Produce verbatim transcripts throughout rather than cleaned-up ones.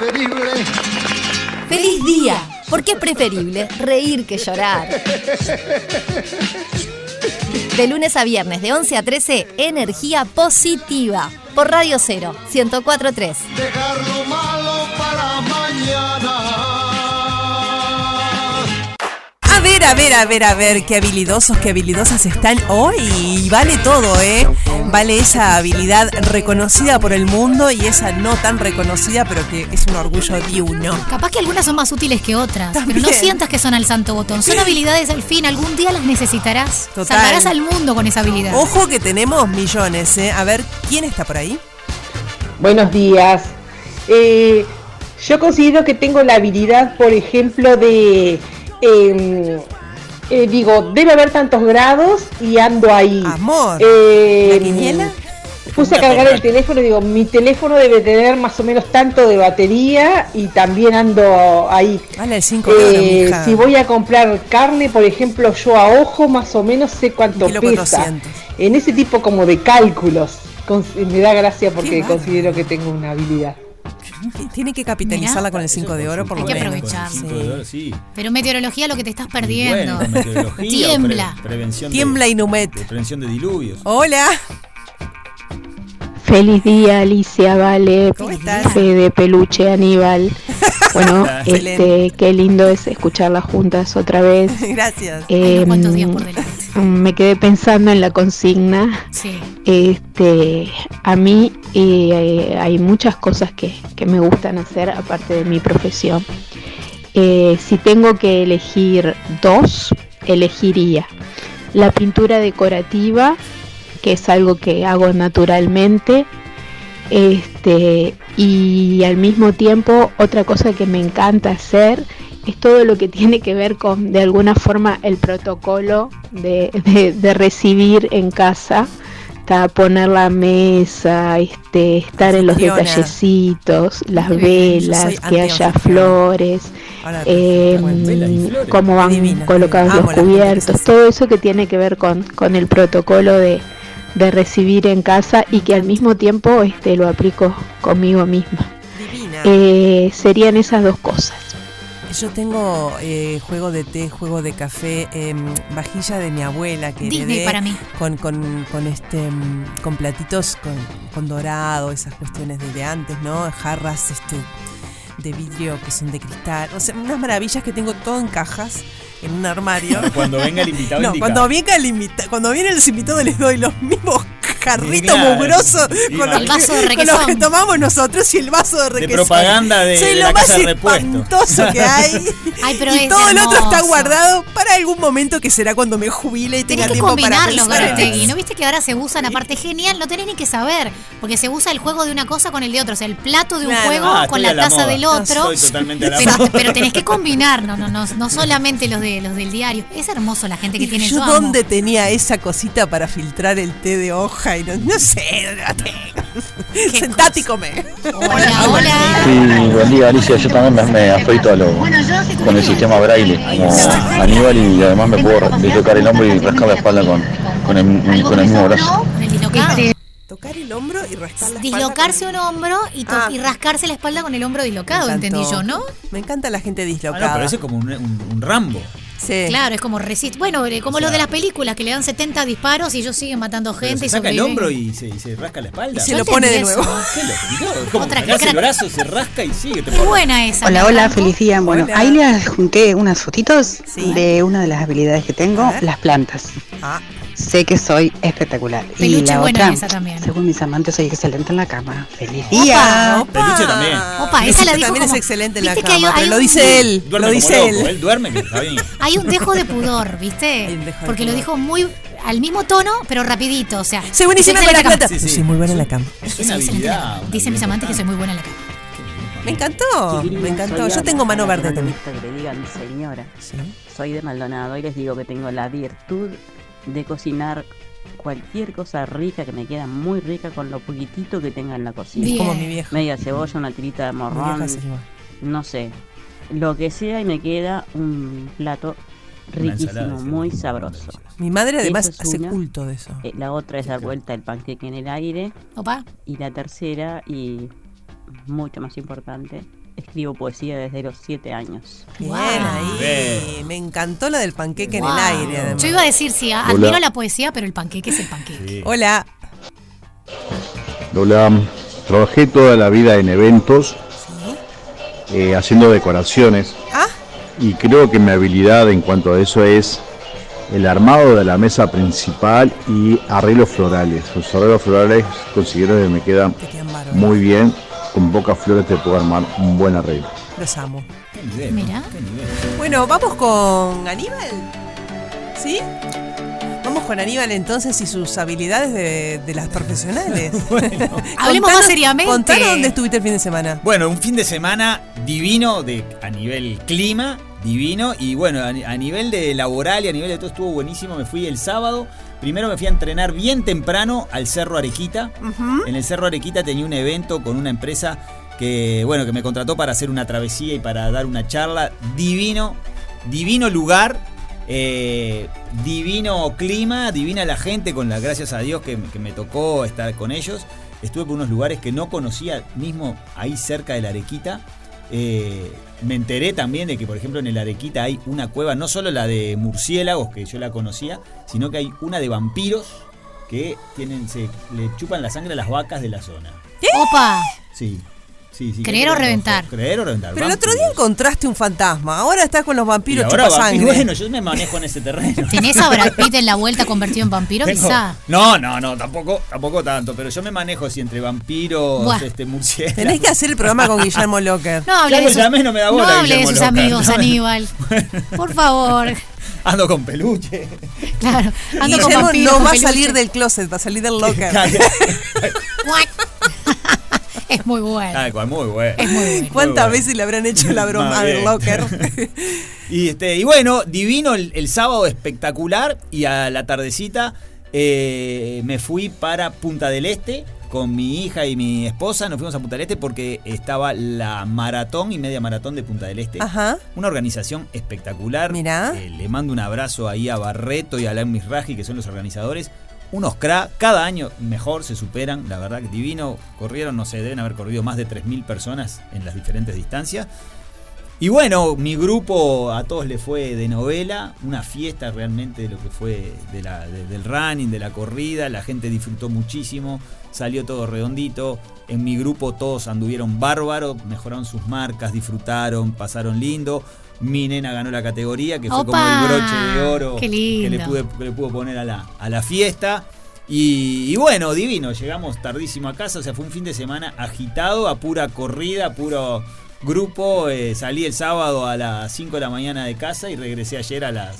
preferible. ¡Feliz día! Porque es preferible reír que llorar. De lunes a viernes, de once a trece, energía positiva. Por Radio Cero, ciento cuatro punto tres. Dejar lo malo para mañana. A ver, a ver, a ver, a ver, qué habilidosos, qué habilidosas están hoy. Y vale todo, ¿eh? Vale esa habilidad reconocida por el mundo y esa no tan reconocida, pero que es un orgullo de uno. Capaz que algunas son más útiles que otras, También. pero no sientas que son al santo botón. Son habilidades al fin, algún día las necesitarás. Total. Salvarás al mundo con esa habilidad. Ojo que tenemos millones, ¿eh? A ver, ¿quién está por ahí? Buenos días. Eh, yo considero que tengo la habilidad, por ejemplo, de... Eh, eh, digo, debe haber tantos grados y ando ahí. Amor. Eh, ¿La quiniela? Puse a cargar el teléfono y digo, mi teléfono debe tener más o menos tanto de batería y también ando ahí. Vale, el cinco euros, Eh, mija. si voy a comprar carne, por ejemplo, yo a ojo más o menos sé cuánto Kilo pesa. cuatrocientos. En ese tipo como de cálculos. Con- me da gracia porque Qué bárbaro. considero que tengo una habilidad. Tiene que capitalizarla con el cinco de oro por Hay lo que menos. aprovechar. Sí. Cinco de oro, sí. Pero meteorología lo que te estás Y perdiendo. bueno, meteorología, Tiembla. pre- prevención Tiembla de, y Numet. de prevención de diluvios. Hola. Feliz día, Alicia, Vale, ¿Cómo estás? de Peluche, Aníbal. Bueno, Excelente. este, qué lindo es escucharlas juntas otra vez. Gracias. Hay Eh, unos cuantos días por delante. me quedé pensando en la consigna. Sí. Este, a mí eh, hay muchas cosas que, que me gustan hacer aparte de mi profesión. Eh, si tengo que elegir dos, elegiría la pintura decorativa, que es algo que hago naturalmente, este, y al mismo tiempo otra cosa que me encanta hacer es todo lo que tiene que ver con, de alguna forma, el protocolo de, de, de recibir en casa, está poner la mesa, este, estar en los Anfitriona. detallecitos, las Qué bien, yo soy velas, que haya anti-anfitriona. flores, Ahora, eh, Vela y flores. cómo van Divina. colocados Amo los la gente que cubiertos, se hace. todo eso que tiene que ver con, con el protocolo de, de recibir en casa y que al mismo tiempo este, lo aplico conmigo misma. Divina. Eh, serían esas dos cosas. Yo tengo eh, juego de té, juego de café, eh, vajilla de mi abuela que Disney heredé para mí. con con con este mm, con platitos con, con dorado, esas cuestiones de, de antes, ¿no? Jarras este de vidrio que son de cristal, o sea, unas maravillas que tengo todo en cajas en un armario. Cuando venga el invitado No, indicado. cuando venga el invita- cuando vienen los invitados les doy los mismos jarritos Claro, mugrosos sí, con, vale. los El vaso de que, con los requesón. que tomamos nosotros y el vaso de De requesón. propaganda de, Soy de lo la más casa de repuesto. espantoso que hay. Ay, pero y es todo el otro está hermoso. guardado para algún momento que será cuando me jubile y tenga Tenés que tiempo para combinarlos, pensar. Garotegui. ¿No viste que ahora se usan? Aparte, genial, no tenés ni que saber. Porque se usa el juego de una cosa con el de otro. O sea, el plato de un Claro. juego Ah, con estoy la a la taza moda. del otro. Estoy totalmente a la Pero, moda. pero tenés que combinar, no, no, no, no solamente los de los del diario. Es hermoso la gente que Y tiene yo yo amo. dónde tenía esa cosita para filtrar el té de hoja y no, no sé, no la tengo. Sentate y come. Hola, hola. Sí, buen día Alicia, yo también me, me afeito a lo, con el sistema braille como Aníbal y además me puedo dislocar el hombro y rascar la espalda con, con, el, con el mismo brazo. Con el dislocado. Tocar el hombro y rascar la espalda. Dislocarse con- un hombro y, to- Ah. y rascarse la espalda con el hombro dislocado, Me entendí encantó. yo, ¿no? Me encanta la gente Ah, dislocada. no, pero ese es como un, un, un Rambo. Sí. Claro, es como resist. Bueno, eh, como O sea, lo de las películas que le dan setenta disparos y ellos siguen matando Pero gente se y saca el sobreviven. hombro y se, y se rasca la espalda. Y se Yo lo pone de entendí nuevo. eso. ¿Qué lo tiró? ¿Cómo? Otra Sacás crack. el brazo, se rasca y sigue. Te Qué pone- buena esa. Hola, me hola, encantó. feliz día. Bueno, Hola. ahí les junté unas fotitos Sí. de una de las habilidades que tengo, A ver. las plantas. Ah, Sé que soy espectacular. Peluche y la buena otra, esa también. según mis amantes, soy excelente en la cama. ¡Feliz Opa. día! opa. Peluche también. Opa, esa la dijo también como- es excelente en la ¿Viste que hay- cama, hay pero lo un- dice él. Duerme Lo como dice loco, él. él duerme que está bien. Hay un dejo de pudor, ¿viste? Hay un dejo de Porque lo pudor. dijo muy al mismo tono, pero rapidito, o sea. Soy buenísima es con la excelente plata. Sí, sí. Soy muy buena en la cama. Es Soy una excelente en la habilidad. cama. una Dicen mis habilidad amantes que soy muy buena en la cama. Me encantó, me encantó. Yo tengo mano verde también. Que le digan señora, Sí. soy de Maldonado y les digo que tengo la virtud de cocinar cualquier cosa rica que me queda muy rica con lo poquitito que tenga en la cocina. Bien. Como mi vieja. Media cebolla, una tirita de Mi morrón, vieja es igual. no sé, lo que sea y me queda un plato Una ensalada, riquísimo, sí. muy sabroso. Mi madre además Esa es hace una. culto de eso. Eh, la otra es dar vuelta el panqueque en el aire Opa. y la tercera y mucho más importante, escribo poesía desde los siete años. Bien, Wow. ahí. Bien. Me encantó lo del panqueque Wow. en el aire. Además. Yo iba a decir, sí, a- Hola. admiro la poesía, pero el panqueque es el panqueque. Sí. Hola. Hola, trabajé toda la vida en eventos, eh, haciendo decoraciones, Ah, y creo que mi habilidad en cuanto a eso es el armado de la mesa principal y arreglos florales. Los arreglos florales considero que me quedan te quedan bárbaros. muy bien. Con pocas flores te puedo armar un buen arreglo. Los amo. Qué nivel, Mirá. ¿no? Qué nivel. Bueno, vamos con Aníbal. ¿Sí? Vamos con Aníbal entonces y sus habilidades de, de las profesionales. Hablemos más seriamente. Contanos dónde estuviste el fin de semana. Bueno, un fin de semana divino de, a nivel clima, divino. Y bueno, a, a nivel de laboral y a nivel de todo estuvo buenísimo. Me fui el sábado. Primero me fui a entrenar bien temprano al Cerro Arequita. Ujú. En el Cerro Arequita tenía un evento con una empresa que, bueno, que me contrató para hacer una travesía y para dar una charla. Divino, divino lugar, eh, divino clima, divina la gente, con la gracias a Dios que, que me tocó estar con ellos. Estuve por unos lugares que no conocía, mismo ahí cerca de la Arequita. Eh, me enteré también de que, por ejemplo, en el Arequita hay una cueva, no solo la de murciélagos, que yo la conocía, sino que hay una de vampiros que tienen, se le chupan la sangre a las vacas de la zona. Opa, Sí, sí, sí. Creer o reventar. Creer o reventar. Pero el otro día vampiros. encontraste un fantasma. Ahora estás con los Y vampiros ahora vampi- chupasangre. Bueno, yo me manejo en ese terreno. ¿tenés a Brad Pitt en la vuelta convertido en vampiro? Tengo- Quizá. No, no, no, tampoco, tampoco tanto, pero yo me manejo así entre vampiros, Buah. este, murciélagos. Tenés que hacer el programa con Guillermo Locker. No hable Ya de lo sus, llamé, no me da bola, no hable de Guillermo sus Loca. amigos, No. Aníbal. Por favor. Ando con peluche. Claro. Ando con Guillermo vampiros, no con va a peluche. salir del closet, va a salir del locker. Cuac. Es muy bueno. Tal cual, muy bueno. Es muy bueno. ¿Cuántas Muy bueno. veces le habrán hecho la broma Más al bien. locker? Y, este, y bueno, divino el, el sábado, espectacular. Y a la tardecita eh, me fui para Punta del Este con mi hija y mi esposa. Nos fuimos a Punta del Este porque estaba la maratón y media maratón de Punta del Este. Ajá. Una organización espectacular. Mirá. Eh, le mando un abrazo ahí a Barreto y a Alain Misraji, que son los organizadores. Unos crack, cada año mejor se superan, la verdad que divino. Corrieron, no sé, deben haber corrido más de tres mil personas en las diferentes distancias. Y bueno, mi grupo a todos les fue de novela, una fiesta realmente de lo que fue de la, de- del running, de la corrida. La gente disfrutó muchísimo, salió todo redondito. En mi grupo todos anduvieron bárbaros, mejoraron sus marcas, disfrutaron, pasaron lindo. Mi nena ganó la categoría, que fue ¡Opa! como el broche de oro ¡Qué lindo! que le, pude, que le pudo poner a la, a la fiesta. Y, y bueno, divino, llegamos tardísimo a casa, o sea, fue un fin de semana agitado, a pura corrida, a puro grupo. Eh, salí el sábado a las cinco de la mañana de casa y regresé ayer a las...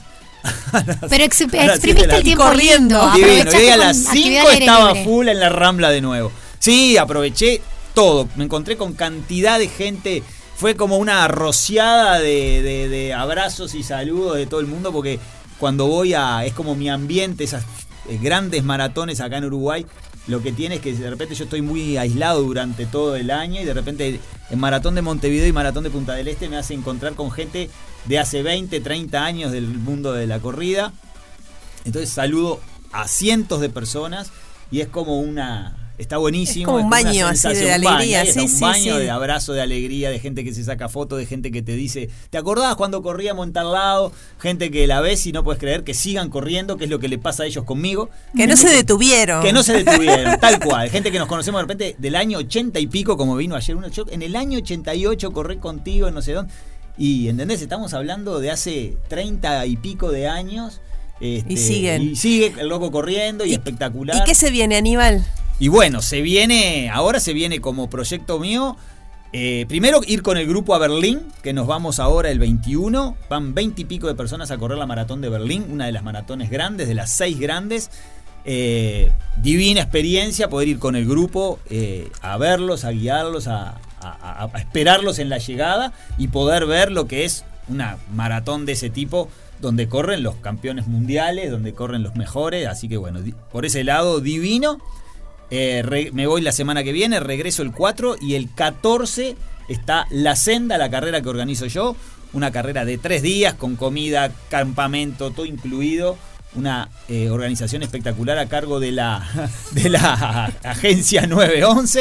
a las- Pero ex- a las siete de exprimiste la- el tiempo corriendo. lindo. Divino, Aprovechaste y a con las actividad cinco al aire estaba libre. full en la Rambla de nuevo. Sí, aproveché todo. Me encontré con cantidad de gente. Fue como una rociada de, de- de abrazos y saludos de todo el mundo, porque cuando voy a... es como mi ambiente, esas eh, grandes maratones acá en Uruguay. Lo que tiene es que de repente yo estoy muy aislado durante todo el año y de repente el maratón de Montevideo y maratón de Punta del Este me hace encontrar con gente de hace veinte, treinta años del mundo de la corrida. Entonces saludo a cientos de personas y es como una... está buenísimo. Es como un una baño así de sensación, un baño, alegría, ahí está, sí, un sí, baño sí. de abrazo, de alegría, de gente que se saca fotos, de gente que te dice, ¿te acordabas cuando corríamos en tal lado? Gente que la ves y no puedes creer que sigan corriendo, que es lo que le pasa a ellos conmigo. Que no se detuvieron. Que no se detuvieron, tal cual. Gente que nos conocemos de repente del año ochenta y pico, como vino ayer uno. Yo en el año ochenta y ocho corrí contigo en no sé dónde. Y, ¿entendés? Estamos hablando de hace treinta y pico de años. Este, Y siguen. Y sigue el loco corriendo y, espectacular. ¿Y qué se viene, Aníbal? Y bueno, se viene, ahora se viene como proyecto mío. Eh, primero ir con el grupo a Berlín, que nos vamos ahora el veintiuno. Van veinte y pico de personas a correr la maratón de Berlín, una de las maratones grandes, de las seis grandes. Eh, divina experiencia poder ir con el grupo eh, a verlos, a guiarlos, a, a, a esperarlos en la llegada y poder ver lo que es una maratón de ese tipo, donde corren los campeones mundiales, donde corren los mejores. Así que bueno, di- por ese lado, divino. Eh, re- me voy la semana que viene, regreso el cuatro y el catorce está La Senda, la carrera que organizo yo. Una carrera de tres días con comida, campamento, todo incluido. Una eh, organización espectacular a cargo de la, de la agencia nueve once.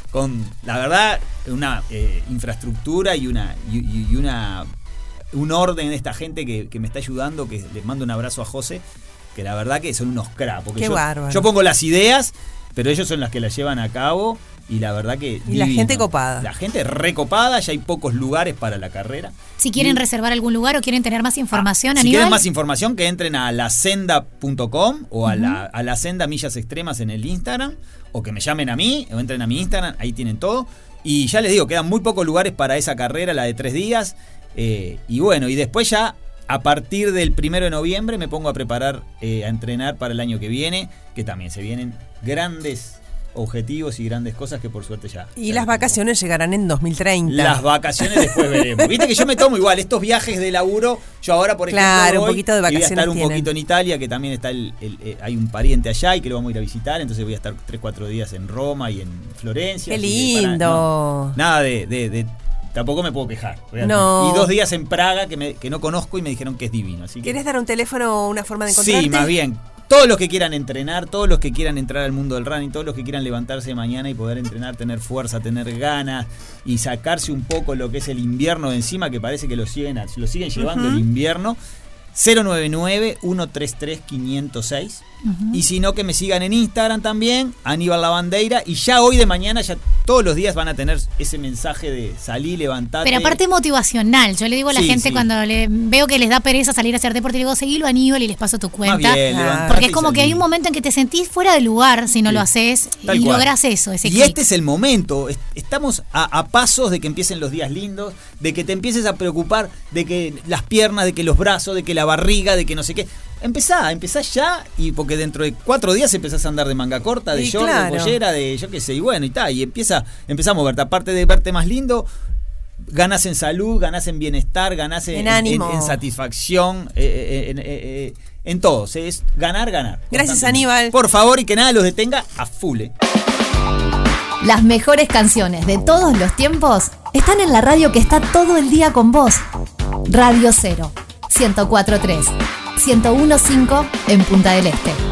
con, la verdad, una eh, infraestructura y una y, y una un orden de esta gente que, que me está ayudando, que les mando un abrazo a José, que la verdad que son unos crap. Porque Qué yo, bárbaro. yo pongo las ideas, pero ellos son las que las llevan a cabo. Y la verdad que... Y divino. la gente copada. La gente recopada, ya hay pocos lugares para la carrera. Si quieren y, reservar algún lugar o quieren tener más información, ah, Aníbal. Si quieren más información, que entren a la senda punto com o a, uh-huh. la, a la Senda Millas Extremas en el Instagram, o que me llamen a mí, o entren a mi Instagram, ahí tienen todo. Y ya les digo, quedan muy pocos lugares para esa carrera, la de tres días. Eh, y bueno, y después ya... A partir del primero de noviembre me pongo a preparar, eh, a entrenar para el año que viene, que también se vienen grandes objetivos y grandes cosas que por suerte ya... Y ya las vacaciones llegarán en dos mil treinta. Las vacaciones después veremos. Viste que yo me tomo igual estos viajes de laburo. Yo ahora, por ejemplo, claro, voy, un poquito de vacaciones y voy a estar un tienen. poquito en Italia, que también está el, el, el, hay un pariente allá y que lo vamos a ir a visitar. Entonces voy a estar tres, cuatro días en Roma y en Florencia. ¡Qué así que para- lindo! no, nada de... de, de tampoco me puedo quejar. Realmente. No. Y dos días en Praga que, me, que no conozco y me dijeron que es divino. Así que, ¿Querés dar un teléfono o una forma de encontrarte? sí, más bien. Todos los que quieran entrenar, todos los que quieran entrar al mundo del running, todos los que quieran levantarse mañana y poder entrenar, tener fuerza, tener ganas y sacarse un poco lo que es el invierno de encima, que parece que lo siguen, lo siguen llevando uh-huh. el invierno. cero nueve nueve, uno tres tres, cinco cero seis. Uh-huh. Y si no, que me sigan en Instagram también, Aníbal Lavandeira. Y ya hoy de mañana, ya todos los días van a tener ese mensaje de salir, levantate. Pero aparte motivacional. Yo le digo a la Sí, gente sí. cuando le veo que les da pereza salir a hacer deporte, le digo, seguilo a Aníbal y les paso tu cuenta. Más bien, levantate Porque es y como que salí. hay un momento en que te sentís fuera de lugar si no Sí. lo haces Tal y cual. lográs eso, ese Y clic. este es el momento. Est- Estamos a, a pasos de que empiecen los días lindos, de que te empieces a preocupar de que las piernas, de que los brazos, de que la barriga, de que no sé qué. Empezá, empezá ya, y porque dentro de cuatro días empezás a andar de manga corta, de Y short, claro. de pollera, de yo qué sé, y bueno, y tal, y empieza, empezá a moverte. Aparte de verte más lindo, ganás en salud, ganás en bienestar, ganás en, En ánimo. en- en satisfacción, eh, eh, en, eh, eh, en todo. O sea, es ganar, ganar. Gracias, Constantemente. Aníbal. Por favor, y que nada los detenga a full. eh. Las mejores canciones de todos los tiempos están en la radio que está todo el día con vos. Radio Cero, ciento cuatro punto tres, ciento uno punto cinco en Punta del Este.